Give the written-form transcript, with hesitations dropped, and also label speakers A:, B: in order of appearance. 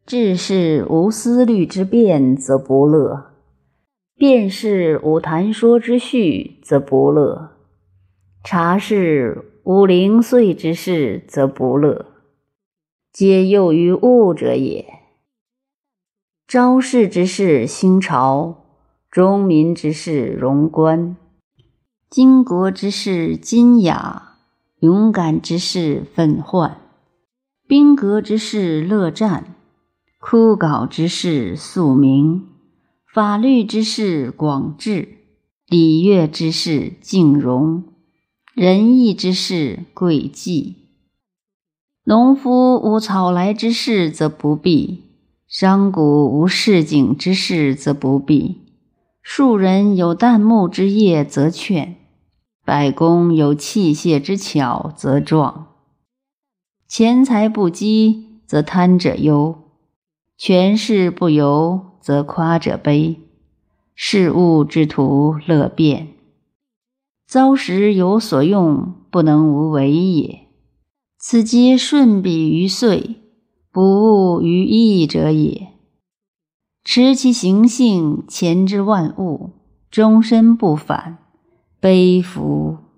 A: 治世无思虑之变，则不乐；辩士无谈说之序，则不乐；察事无零碎之事，则不乐。皆囿于物者也。昭世之事兴朝，忠民之事荣观，巾帼之事矜雅，勇敢之事愤患，兵革之事乐战，枯槁之事肃明，法律之事广治，礼乐之事敬容，仁义之事贵忌。农夫无草来之事，则不避；商贾无市井之事，则不避；庶人有旦暮之业，则劝；百工有器械之巧，则壮。钱财不积，则贪者忧；权势不由，则夸者悲。事物之徒乐变，遭时有所用，不能无为也。此皆顺彼于岁，不务于义者也。持其行性，前之万物，终身不反，悲夫！